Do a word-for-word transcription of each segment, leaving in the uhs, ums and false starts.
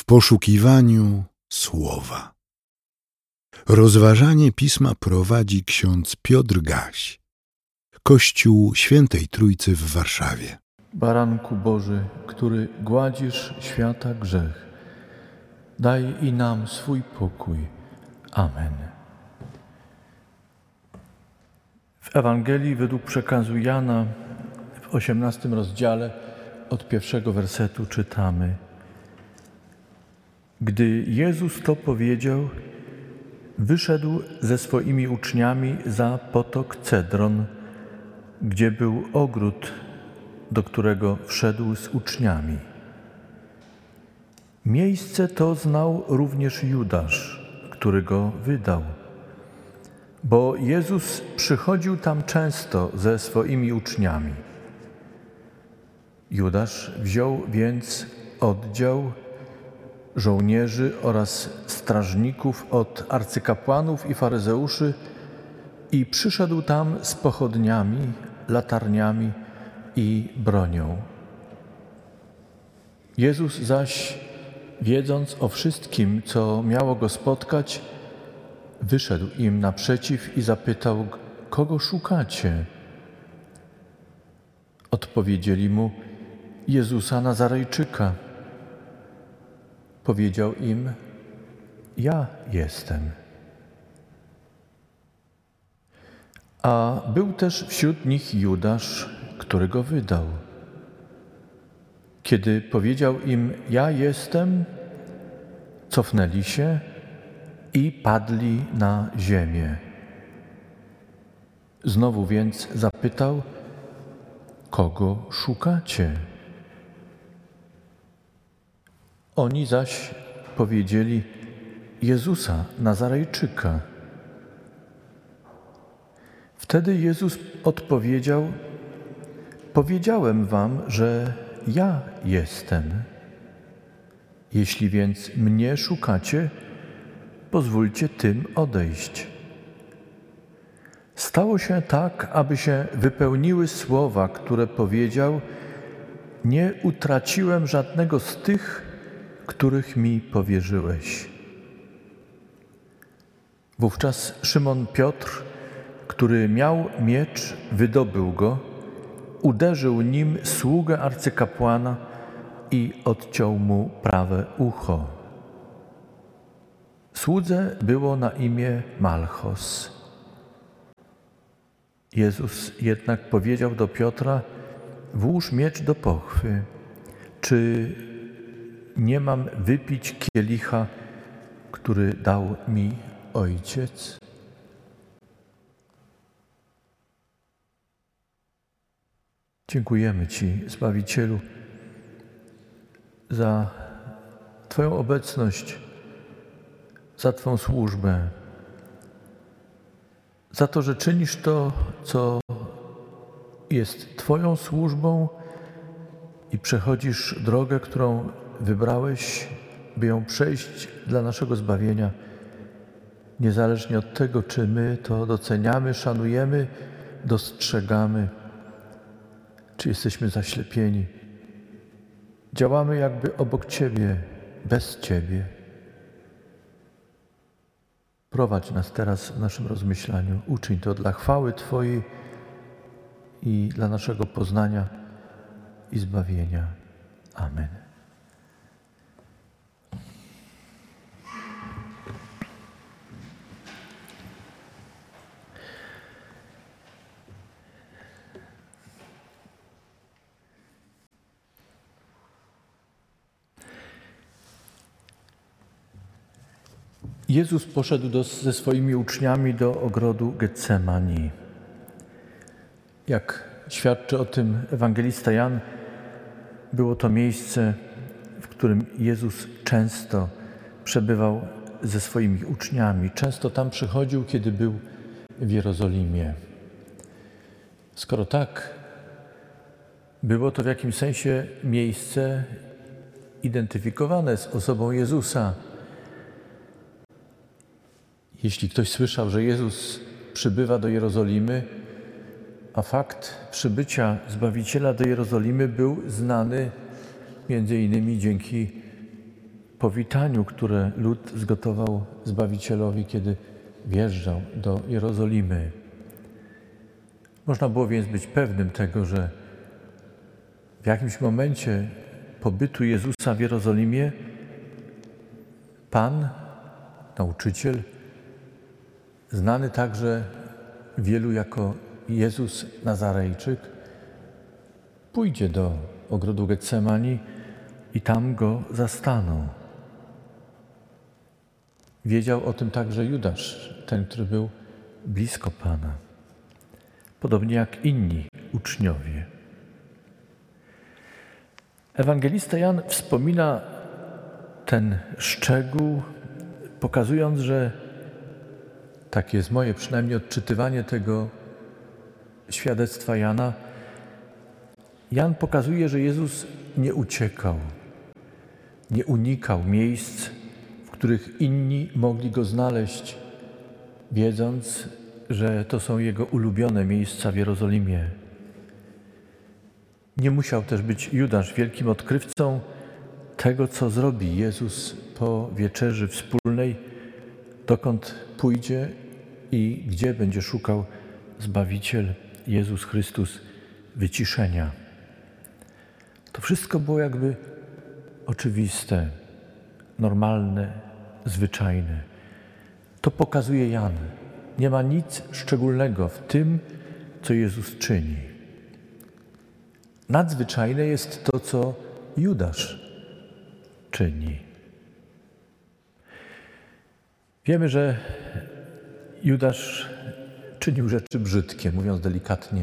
poszukiwaniu słowa. Rozważanie pisma prowadzi ksiądz Piotr Gaś, Kościół Świętej Trójcy w Warszawie. Baranku Boży, który gładzisz świata grzech, daj i nam swój pokój. Amen. W Ewangelii według przekazu Jana w osiemnastym rozdziale od pierwszego wersetu czytamy: Gdy Jezus to powiedział, wyszedł ze swoimi uczniami za potok Cedron, gdzie był ogród, do którego wszedł z uczniami. Miejsce to znał również Judasz, który go wydał, bo Jezus przychodził tam często ze swoimi uczniami. Judasz wziął więc oddział żołnierzy oraz strażników od arcykapłanów i faryzeuszy i przyszedł tam z pochodniami, latarniami i bronią. Jezus zaś, wiedząc o wszystkim, co miało go spotkać, wyszedł im naprzeciw i zapytał: kogo szukacie? Odpowiedzieli mu: Jezusa Nazarejczyka. Powiedział im: ja jestem. A był też wśród nich Judasz, który go wydał. Kiedy powiedział im: ja jestem, cofnęli się i padli na ziemię. Znowu więc zapytał: kogo szukacie? Oni zaś powiedzieli: Jezusa Nazarejczyka. Wtedy Jezus odpowiedział: powiedziałem wam, że ja jestem. Jeśli więc mnie szukacie, pozwólcie tym odejść. Stało się tak, aby się wypełniły słowa, które powiedział: nie utraciłem żadnego z tych, których mi powierzyłeś. Wówczas Szymon Piotr, który miał miecz, wydobył go, uderzył nim sługę arcykapłana i odciął mu prawe ucho. Słudze było na imię Malchos. Jezus jednak powiedział do Piotra: włóż miecz do pochwy. Czy nie mam wypić kielicha, który dał mi Ojciec? Dziękujemy Ci, Zbawicielu, za Twoją obecność, za Twą służbę, za to, że czynisz to, co jest Twoją służbą i przechodzisz drogę, którą wybrałeś, by ją przejść dla naszego zbawienia, niezależnie od tego, czy my to doceniamy, szanujemy, dostrzegamy, czy jesteśmy zaślepieni. Działamy jakby obok Ciebie, bez Ciebie. Prowadź nas teraz w naszym rozmyślaniu. Uczyń to dla chwały Twojej i dla naszego poznania i zbawienia. Amen. Jezus poszedł do, ze swoimi uczniami do ogrodu Getsemani. Jak świadczy o tym ewangelista Jan, było to miejsce, w którym Jezus często przebywał ze swoimi uczniami. Często tam przychodził, kiedy był w Jerozolimie. Skoro tak, było to w jakimś sensie miejsce identyfikowane z osobą Jezusa. Jeśli ktoś słyszał, że Jezus przybywa do Jerozolimy, a fakt przybycia Zbawiciela do Jerozolimy był znany między innymi dzięki powitaniu, które lud zgotował Zbawicielowi, kiedy wjeżdżał do Jerozolimy. Można było więc być pewnym tego, że w jakimś momencie pobytu Jezusa w Jerozolimie Pan, nauczyciel, znany także wielu jako Jezus Nazarejczyk, pójdzie do ogrodu Getsemani i tam go zastaną. Wiedział o tym także Judasz, ten, który był blisko Pana, podobnie jak inni uczniowie. Ewangelista Jan wspomina ten szczegół, pokazując, że takie jest moje przynajmniej odczytywanie tego świadectwa Jana. Jan pokazuje, że Jezus nie uciekał, nie unikał miejsc, w których inni mogli Go znaleźć, wiedząc, że to są Jego ulubione miejsca w Jerozolimie. Nie musiał też być Judasz wielkim odkrywcą tego, co zrobi Jezus po wieczerzy wspólnej, dokąd pójdzie i gdzie będzie szukał Zbawiciel Jezus Chrystus wyciszenia. To wszystko było jakby oczywiste, normalne, zwyczajne. To pokazuje Jan. Nie ma nic szczególnego w tym, co Jezus czyni. Nadzwyczajne jest to, co Judasz czyni. Wiemy, że Judasz czynił rzeczy brzydkie, mówiąc delikatnie.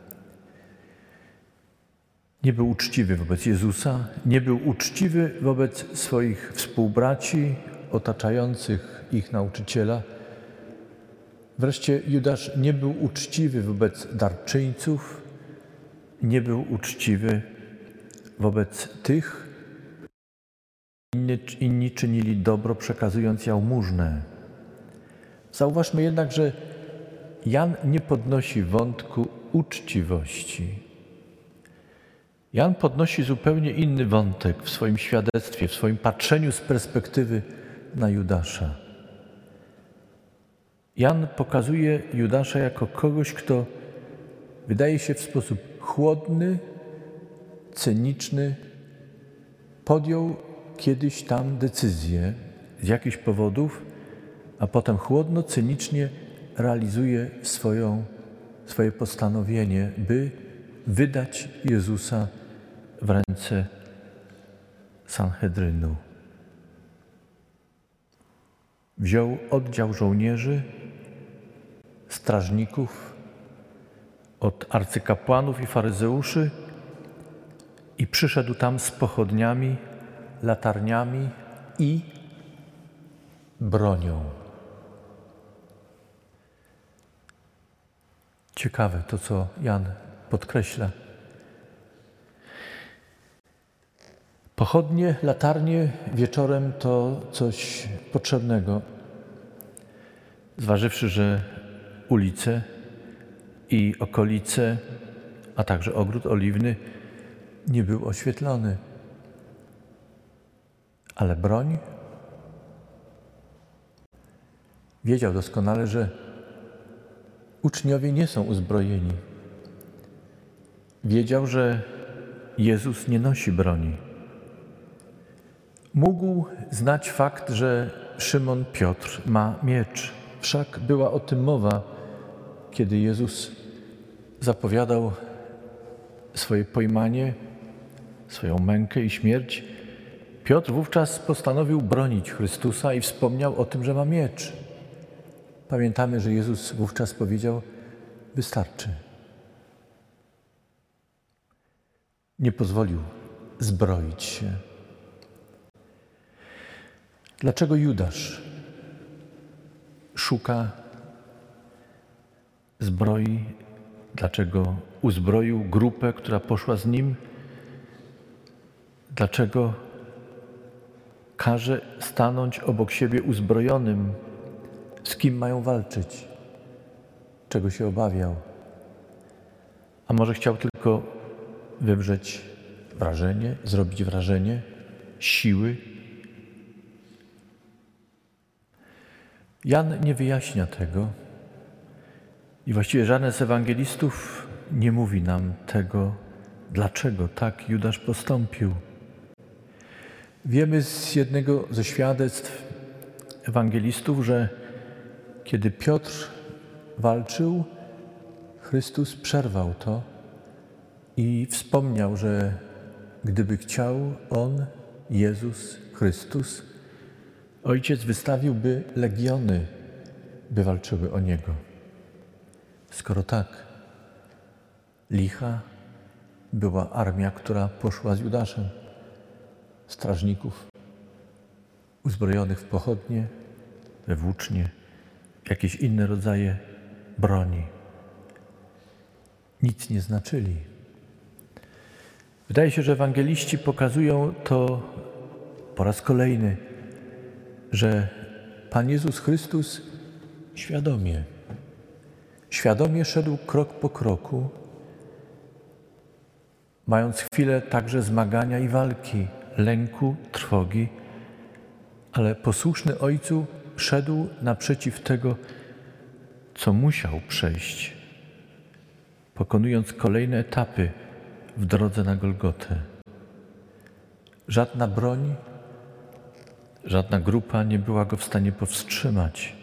Nie był uczciwy wobec Jezusa, nie był uczciwy wobec swoich współbraci, otaczających ich nauczyciela. Wreszcie Judasz nie był uczciwy wobec darczyńców, nie był uczciwy wobec tych, inni, inni czynili dobro, przekazując jałmużnę. Zauważmy jednak, że Jan nie podnosi wątku uczciwości. Jan podnosi zupełnie inny wątek w swoim świadectwie, w swoim patrzeniu z perspektywy na Judasza. Jan pokazuje Judasza jako kogoś, kto wydaje się w sposób chłodny, cyniczny, podjął kiedyś tam decyzję z jakichś powodów, a potem chłodno, cynicznie realizuje swoją, swoje postanowienie, by wydać Jezusa w ręce Sanhedrynu. Wziął oddział żołnierzy, strażników, od arcykapłanów i faryzeuszy i przyszedł tam z pochodniami, latarniami i bronią. Ciekawe to, co Jan podkreśla. Pochodnie, latarnie wieczorem to coś potrzebnego. Zważywszy, że ulice i okolice, a także ogród oliwny nie był oświetlony. Ale broń? Wiedział doskonale, że uczniowie nie są uzbrojeni. Wiedział, że Jezus nie nosi broni. Mógł znać fakt, że Szymon Piotr ma miecz. Wszak była o tym mowa, kiedy Jezus zapowiadał swoje pojmanie, swoją mękę i śmierć. Piotr wówczas postanowił bronić Chrystusa i wspomniał o tym, że ma miecz. Pamiętamy, że Jezus wówczas powiedział: wystarczy. Nie pozwolił zbroić się. Dlaczego Judasz szuka zbroi? Dlaczego uzbroił grupę, która poszła z nim? Dlaczego każe stanąć obok siebie uzbrojonym? Z kim mają walczyć? Czego się obawiał? A może chciał tylko wywrzeć wrażenie, zrobić wrażenie siły, Jan nie wyjaśnia tego i właściwie żaden z ewangelistów nie mówi nam tego, dlaczego tak Judasz postąpił. Wiemy z jednego ze świadectw ewangelistów, że kiedy Piotr walczył, Chrystus przerwał to i wspomniał, że gdyby chciał On, Jezus Chrystus, Ojciec wystawiłby legiony, by walczyły o Niego. Skoro tak, licha była armia, która poszła z Judaszem, strażników uzbrojonych w pochodnie, we włócznie, jakieś inne rodzaje broni. Nic nie znaczyli. Wydaje się, że ewangeliści pokazują to po raz kolejny, że Pan Jezus Chrystus świadomie, świadomie szedł krok po kroku, mając chwilę także zmagania i walki, lęku, trwogi, ale posłuszny Ojcu szedł naprzeciw tego, co musiał przejść, pokonując kolejne etapy w drodze na Golgotę. Żadna broń, żadna grupa nie była go w stanie powstrzymać.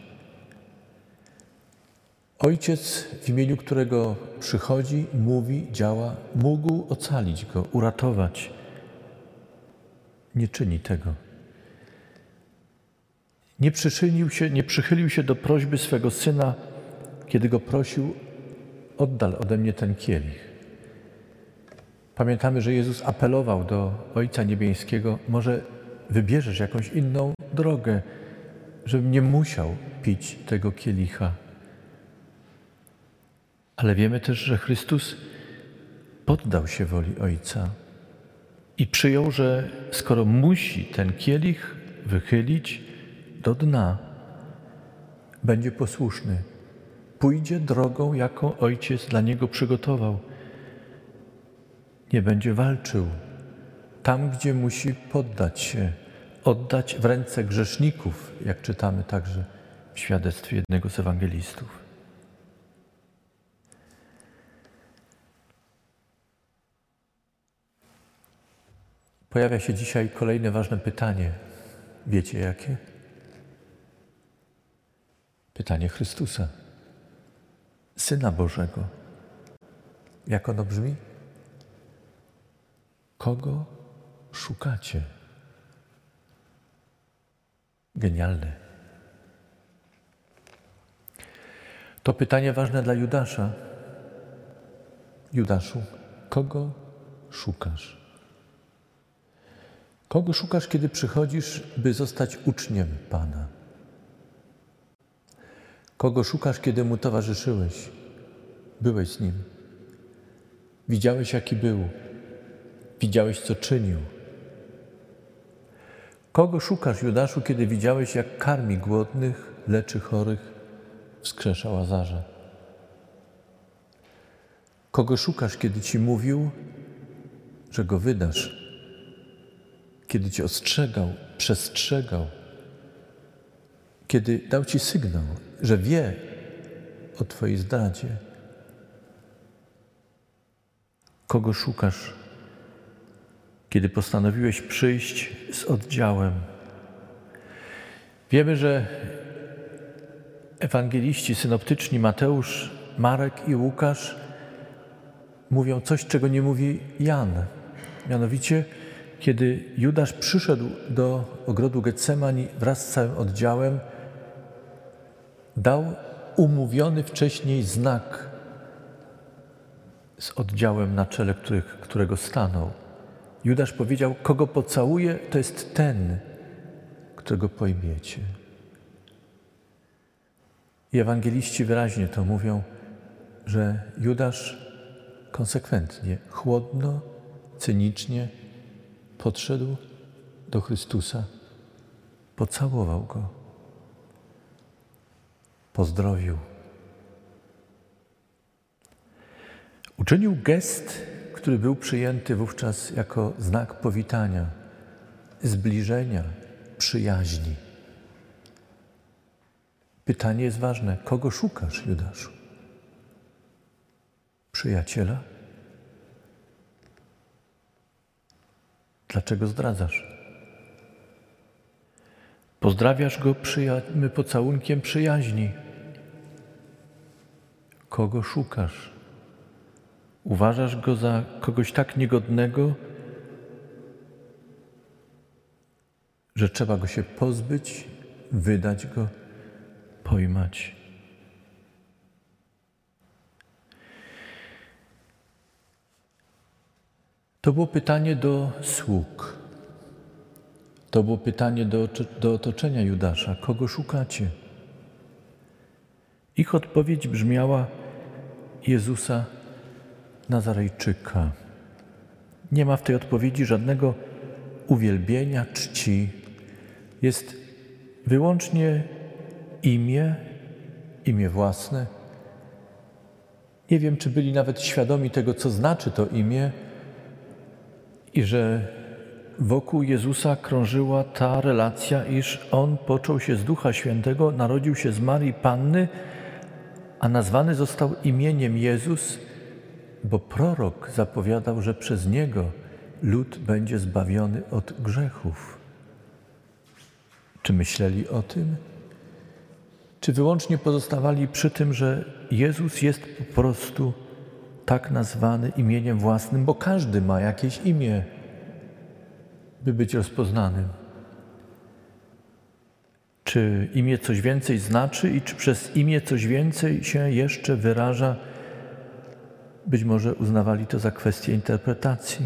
Ojciec, w imieniu którego przychodzi, mówi, działa, mógł ocalić go, uratować. Nie czyni tego. Nie przyczynił się, nie przychylił się do prośby swego Syna, kiedy go prosił: oddal ode mnie ten kielich. Pamiętamy, że Jezus apelował do Ojca Niebieskiego: może wybierzesz jakąś inną drogę, żebym nie musiał pić tego kielicha. Ale wiemy też, że Chrystus poddał się woli Ojca i przyjął, że skoro musi ten kielich wychylić do dna, będzie posłuszny. Pójdzie drogą, jaką Ojciec dla Niego przygotował. Nie będzie walczył. Tam, gdzie musi poddać się, oddać w ręce grzeszników, jak czytamy także w świadectwie jednego z ewangelistów. Pojawia się dzisiaj kolejne ważne pytanie. Wiecie jakie? Pytanie Chrystusa, Syna Bożego. Jak ono brzmi? Kogo szukacie? Genialne. To pytanie ważne dla Judasza. Judaszu, kogo szukasz? Kogo szukasz, kiedy przychodzisz, by zostać uczniem Pana? Kogo szukasz, kiedy Mu towarzyszyłeś? Byłeś z Nim. Widziałeś, jaki był. Widziałeś, co czynił. Kogo szukasz, Judaszu, kiedy widziałeś, jak karmi głodnych, leczy chorych, wskrzesza Łazarza? Kogo szukasz, kiedy Ci mówił, że Go wydasz? Kiedy Cię ostrzegał, przestrzegał? Kiedy dał Ci sygnał, że wie o Twojej zdradzie? Kogo szukasz, kiedy postanowiłeś przyjść z oddziałem? Wiemy, że ewangeliści synoptyczni Mateusz, Marek i Łukasz mówią coś, czego nie mówi Jan. Mianowicie, kiedy Judasz przyszedł do ogrodu Getsemani wraz z całym oddziałem, dał umówiony wcześniej znak z oddziałem na czele których, którego stanął. Judasz powiedział: kogo pocałuję, to jest ten, którego pojmiecie. I ewangeliści wyraźnie to mówią, że Judasz konsekwentnie, chłodno, cynicznie podszedł do Chrystusa, pocałował Go, pozdrowił. Uczynił gest, który był przyjęty wówczas jako znak powitania, zbliżenia, przyjaźni. Pytanie jest ważne. Kogo szukasz, Judaszu? Przyjaciela? Dlaczego zdradzasz? Pozdrawiasz go przyja- pocałunkiem przyjaźni. Kogo szukasz? Uważasz go za kogoś tak niegodnego, że trzeba go się pozbyć, wydać go, pojmać. To było pytanie do sług. To było pytanie do, do otoczenia Judasza. Kogo szukacie? Ich odpowiedź brzmiała: Jezusa Nazarejczyka. Nie ma w tej odpowiedzi żadnego uwielbienia, czci. Jest wyłącznie imię, imię własne. Nie wiem, czy byli nawet świadomi tego, co znaczy to imię i że wokół Jezusa krążyła ta relacja, iż On począł się z Ducha Świętego, narodził się z Marii Panny, a nazwany został imieniem Jezus, bo prorok zapowiadał, że przez Niego lud będzie zbawiony od grzechów. Czy myśleli o tym? Czy wyłącznie pozostawali przy tym, że Jezus jest po prostu tak nazwany imieniem własnym, bo każdy ma jakieś imię, by być rozpoznanym? Czy imię coś więcej znaczy i czy przez imię coś więcej się jeszcze wyraża? Być może uznawali to za kwestię interpretacji.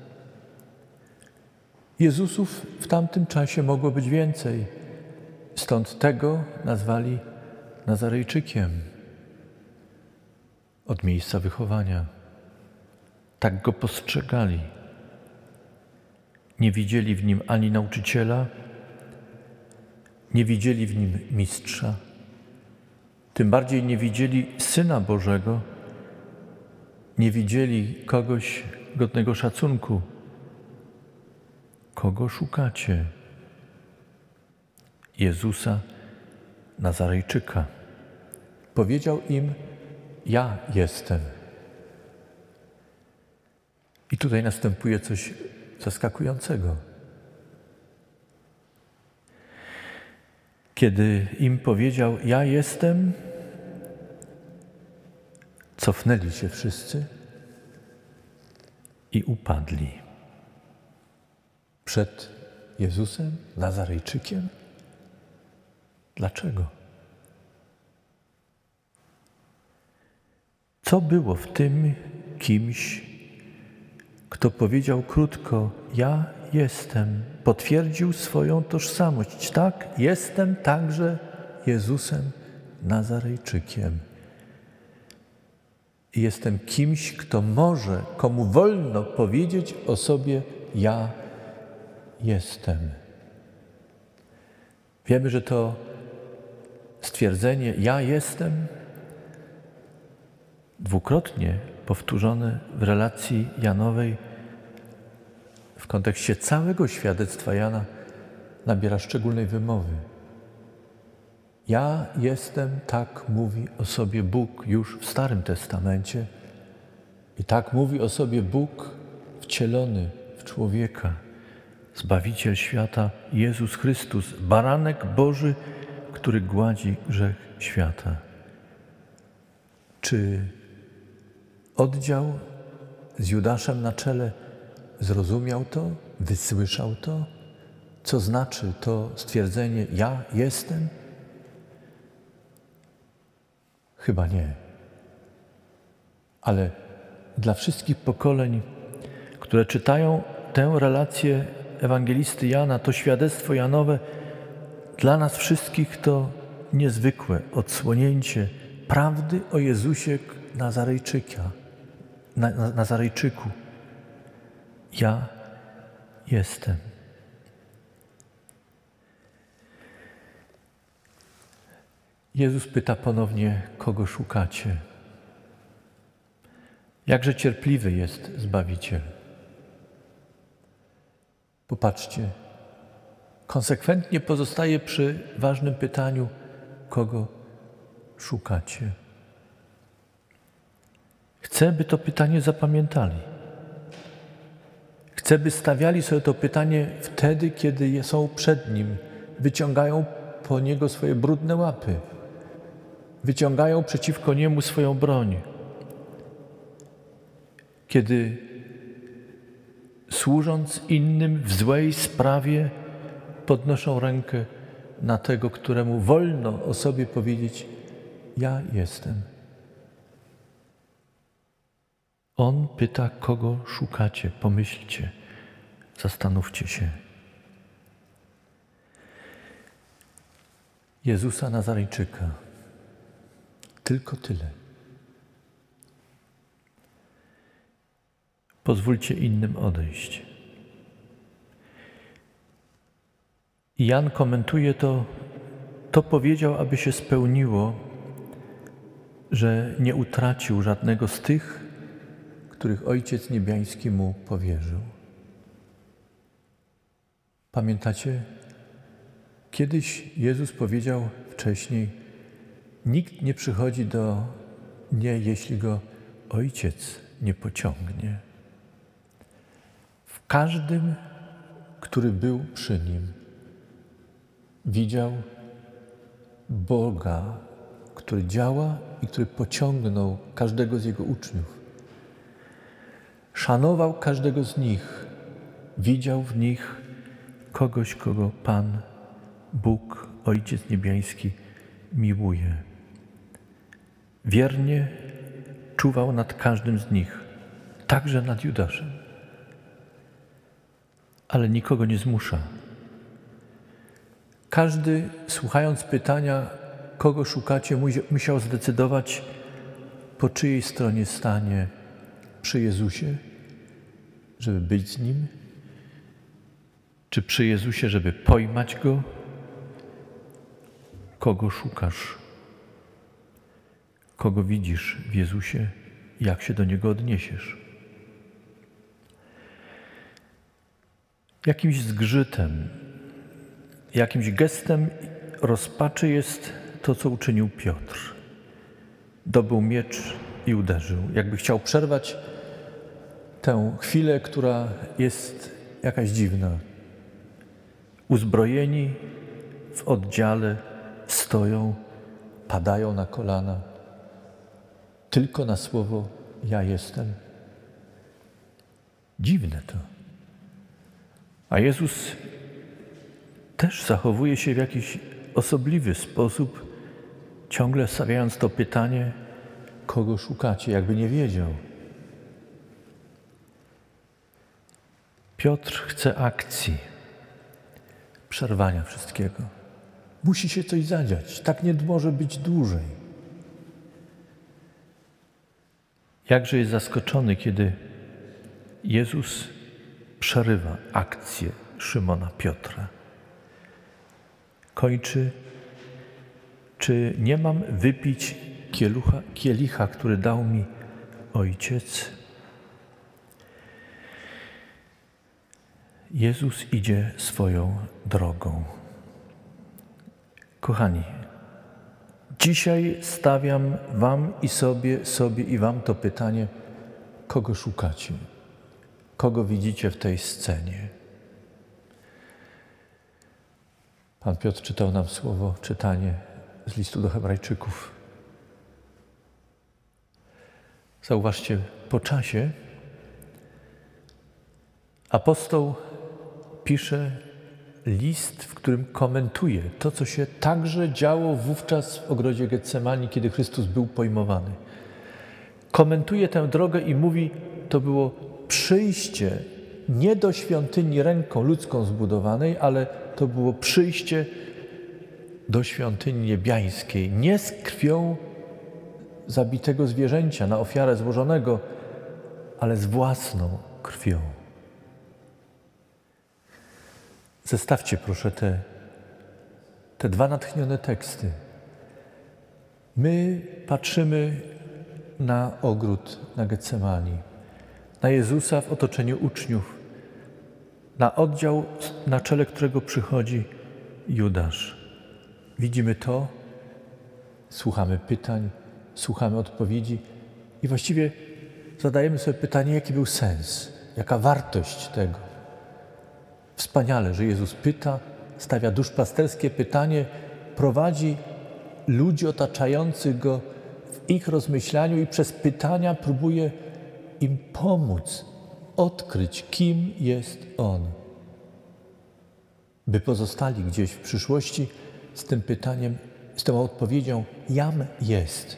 Jezusów w tamtym czasie mogło być więcej. Stąd tego nazwali Nazarejczykiem od miejsca wychowania. Tak go postrzegali. Nie widzieli w nim ani nauczyciela, nie widzieli w nim mistrza, tym bardziej nie widzieli Syna Bożego, nie widzieli kogoś godnego szacunku. Kogo szukacie? Jezusa Nazarejczyka. Powiedział im: ja jestem. I tutaj następuje coś zaskakującego. Kiedy im powiedział: ja jestem, cofnęli się wszyscy i upadli przed Jezusem Nazarejczykiem. Dlaczego? Co było w tym kimś, kto powiedział krótko: ja jestem, potwierdził swoją tożsamość. Tak, jestem także Jezusem Nazarejczykiem. I jestem kimś, kto może, komu wolno powiedzieć o sobie: ja jestem. Wiemy, że to stwierdzenie ja jestem dwukrotnie powtórzone w relacji Janowej w kontekście całego świadectwa Jana nabiera szczególnej wymowy. Ja jestem, tak mówi o sobie Bóg już w Starym Testamencie i tak mówi o sobie Bóg wcielony w człowieka, Zbawiciel świata, Jezus Chrystus, Baranek Boży, który gładzi grzech świata. Czy oddział z Judaszem na czele zrozumiał to, wysłyszał to? Co znaczy to stwierdzenie ja jestem? Chyba nie. Ale dla wszystkich pokoleń, które czytają tę relację ewangelisty Jana, to świadectwo Janowe, dla nas wszystkich to niezwykłe odsłonięcie prawdy o Jezusie Nazarejczyka, na, na, Nazarejczyku. Ja jestem. Jezus pyta ponownie, kogo szukacie? Jakże cierpliwy jest Zbawiciel. Popatrzcie, konsekwentnie pozostaje przy ważnym pytaniu, kogo szukacie? Chcę, by to pytanie zapamiętali. Chcę, by stawiali sobie to pytanie wtedy, kiedy są przed Nim, wyciągają po Niego swoje brudne łapy, wyciągają przeciwko Niemu swoją broń. Kiedy służąc innym w złej sprawie podnoszą rękę na tego, któremu wolno o sobie powiedzieć: ja jestem. On pyta, kogo szukacie. Pomyślcie, zastanówcie się. Jezusa Nazarejczyka. Tylko tyle. Pozwólcie innym odejść. I Jan komentuje to, to powiedział, aby się spełniło, że nie utracił żadnego z tych, których Ojciec Niebiański mu powierzył. Pamiętacie? Kiedyś Jezus powiedział wcześniej: nikt nie przychodzi do mnie, jeśli go Ojciec nie pociągnie. W każdym, który był przy Nim, widział Boga, który działa i który pociągnął każdego z Jego uczniów. Szanował każdego z nich, widział w nich kogoś, kogo Pan, Bóg, Ojciec Niebiański miłuje. Wiernie czuwał nad każdym z nich, także nad Judaszem. Ale nikogo nie zmusza. Każdy, słuchając pytania, kogo szukacie, musiał zdecydować, po czyjej stronie stanie: przy Jezusie, żeby być z Nim, czy przy Jezusie, żeby pojmać Go? Kogo szukasz? Kogo widzisz w Jezusie? Jak się do Niego odniesiesz? Jakimś zgrzytem, jakimś gestem rozpaczy jest to, co uczynił Piotr. Dobył miecz i uderzył, jakby chciał przerwać tę chwilę, która jest jakaś dziwna. Uzbrojeni w oddziale stoją, padają na kolana, tylko na słowo: ja jestem. Dziwne to. A Jezus też zachowuje się w jakiś osobliwy sposób, ciągle stawiając to pytanie: kogo szukacie, jakby nie wiedział. Piotr chce akcji, przerwania wszystkiego. Musi się coś zadziać, tak nie może być dłużej. Jakże jest zaskoczony, kiedy Jezus przerywa akcję Szymona Piotra. Kończy: czy nie mam wypić kielucha, kielicha, który dał mi Ojciec? Jezus idzie swoją drogą. Kochani, dzisiaj stawiam wam i sobie, sobie i wam to pytanie: kogo szukacie? Kogo widzicie w tej scenie? Pan Piotr czytał nam słowo, czytanie z listu do Hebrajczyków. Zauważcie, po czasie apostoł pisze list, w którym komentuje to, co się także działo wówczas w ogrodzie Getsemani, kiedy Chrystus był pojmowany. Komentuje tę drogę i mówi: to było przyjście nie do świątyni ręką ludzką zbudowanej, ale to było przyjście do świątyni niebiańskiej, nie z krwią zabitego zwierzęcia na ofiarę złożonego, ale z własną krwią. Zestawcie proszę te, te dwa natchnione teksty. My patrzymy na ogród na Getsemani, na Jezusa w otoczeniu uczniów, na oddział, na czele którego przychodzi Judasz. Widzimy to, słuchamy pytań, słuchamy odpowiedzi i właściwie zadajemy sobie pytanie, jaki był sens, jaka wartość tego. Wspaniale, że Jezus pyta, stawia duszpasterskie pytanie, prowadzi ludzi otaczających Go w ich rozmyślaniu i przez pytania próbuje im pomóc odkryć, kim jest On. By pozostali gdzieś w przyszłości z tym pytaniem, z tą odpowiedzią, jam jest.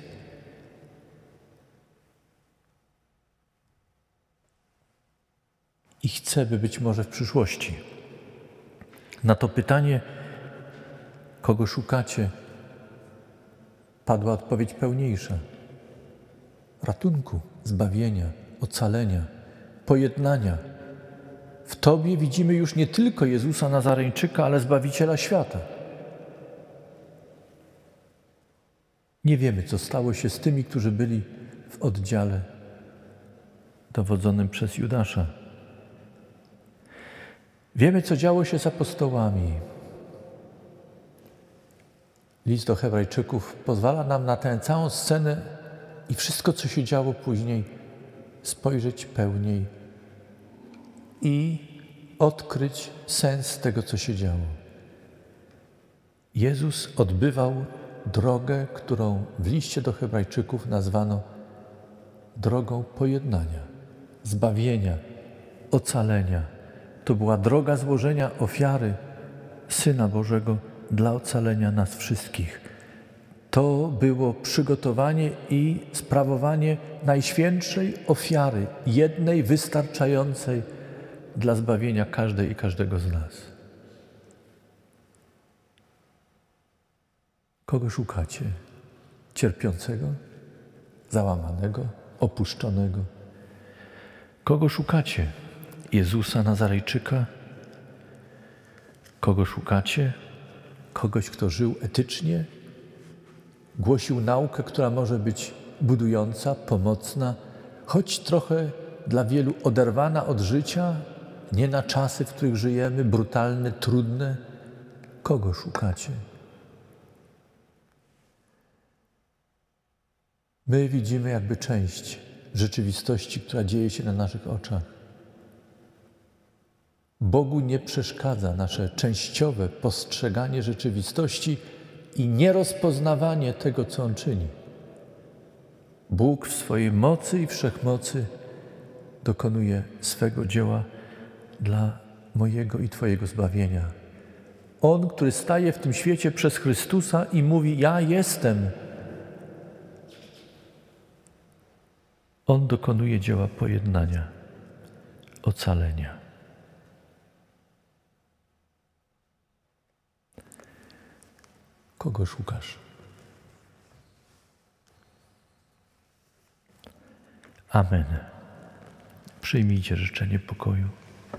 I chcę, by być może w przyszłości na to pytanie, kogo szukacie, padła odpowiedź pełniejsza. Ratunku, zbawienia, ocalenia, pojednania. W Tobie widzimy już nie tylko Jezusa Nazareńczyka, ale Zbawiciela świata. Nie wiemy, co stało się z tymi, którzy byli w oddziale dowodzonym przez Judasza. Wiemy, co działo się z apostołami. List do Hebrajczyków pozwala nam na tę całą scenę i wszystko, co się działo później, spojrzeć pełniej i odkryć sens tego, co się działo. Jezus odbywał drogę, którą w liście do Hebrajczyków nazwano drogą pojednania, zbawienia, ocalenia. To była droga złożenia ofiary Syna Bożego dla ocalenia nas wszystkich. To było przygotowanie i sprawowanie najświętszej ofiary, jednej wystarczającej dla zbawienia każdej i każdego z nas. Kogo szukacie? Cierpiącego, załamanego, opuszczonego? Kogo szukacie? Jezusa Nazarejczyka? Kogo szukacie? Kogoś, kto żył etycznie, głosił naukę, która może być budująca, pomocna, choć trochę dla wielu oderwana od życia, nie na czasy, w których żyjemy, brutalne, trudne. Kogo szukacie? My widzimy jakby część rzeczywistości, która dzieje się na naszych oczach. Bogu nie przeszkadza nasze częściowe postrzeganie rzeczywistości i nierozpoznawanie tego, co On czyni. Bóg w swojej mocy i wszechmocy dokonuje swego dzieła dla mojego i Twojego zbawienia. On, który staje w tym świecie przez Chrystusa i mówi: ja jestem. On dokonuje dzieła pojednania, ocalenia. Kogo szukasz? Amen. Przyjmijcie życzenie pokoju.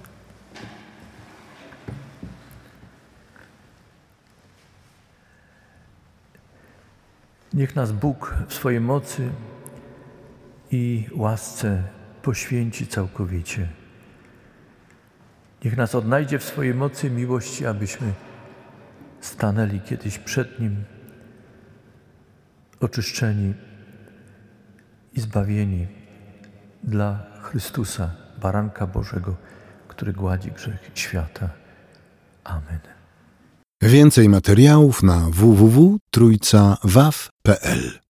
Niech nas Bóg w swojej mocy i łasce poświęci całkowicie. Niech nas odnajdzie w swojej mocy i miłości, abyśmy stanęli kiedyś przed Nim, oczyszczeni i zbawieni dla Chrystusa, Baranka Bożego, który gładzi grzech świata. Amen. Więcej materiałów na w w w kropka trójca waw kropka p l